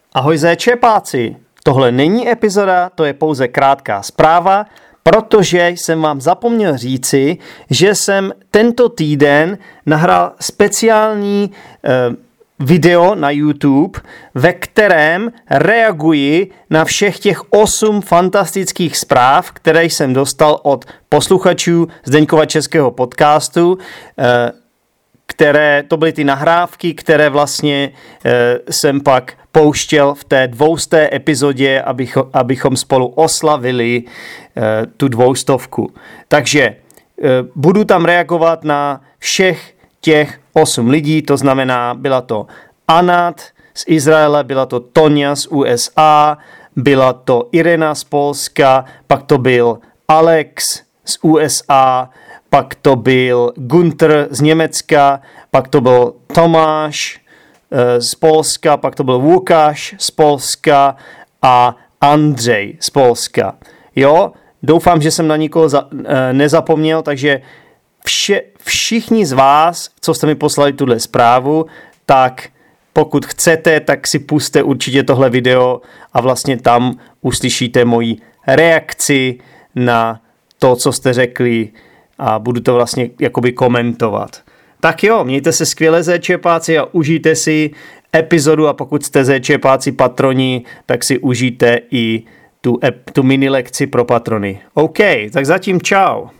Ahoj zéčepáci, tohle není epizoda, to je pouze krátká zpráva, protože jsem vám zapomněl říci, že jsem tento týden nahrál speciální video na YouTube, ve kterém reaguji na všech těch 8 fantastických zpráv, které jsem dostal od posluchačů Zdeňkova českého podcastu, které to byly ty nahrávky, které vlastně jsem pak pouštěl v té 200. epizodě, abychom spolu oslavili tu 200. Takže budu tam reagovat na všech těch 8 lidí, to znamená, byla to Anat z Izraele, byla to Tonia z USA, byla to Irena z Polska, pak to byl Alex z USA, pak to byl Gunther z Německa, pak to byl Tomáš z Polska, pak to byl Łukasz z Polska a Andřej z Polska. Jo, doufám, že jsem na nikoho nezapomněl, takže všichni z vás, co jste mi poslali tuhle zprávu, tak pokud chcete, tak si pusťte určitě tohle video a vlastně tam uslyšíte moji reakci na to, co jste řekli a budu to vlastně jakoby komentovat. Tak jo, mějte se skvěle zéčepáci a užijte si epizodu a pokud jste zéčepáci patroni, tak si užijte i tu mini lekci pro patrony. OK, tak zatím čau.